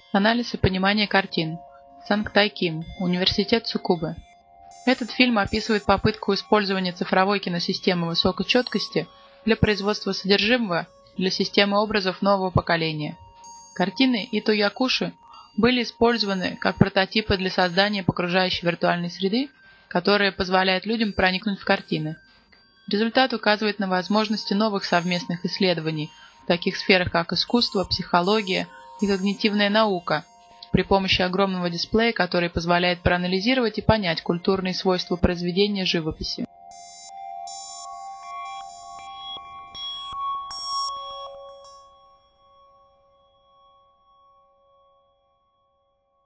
Анализ и понимание картин. Сангтай Ким. Университет Цукубы. Этот фильм описывает попытку использования цифровой киносистемы высокой четкости для производства содержимого для системы образов нового поколения. Картины Ито Якуши были использованы как прототипы для создания окружающей виртуальной среды, которая позволяет людям проникнуть в картины. Результат указывает на возможности новых совместных исследований в таких сферах, как искусство, психология и когнитивная наука, при помощи огромного дисплея, который позволяет проанализировать и понять культурные свойства произведения живописи.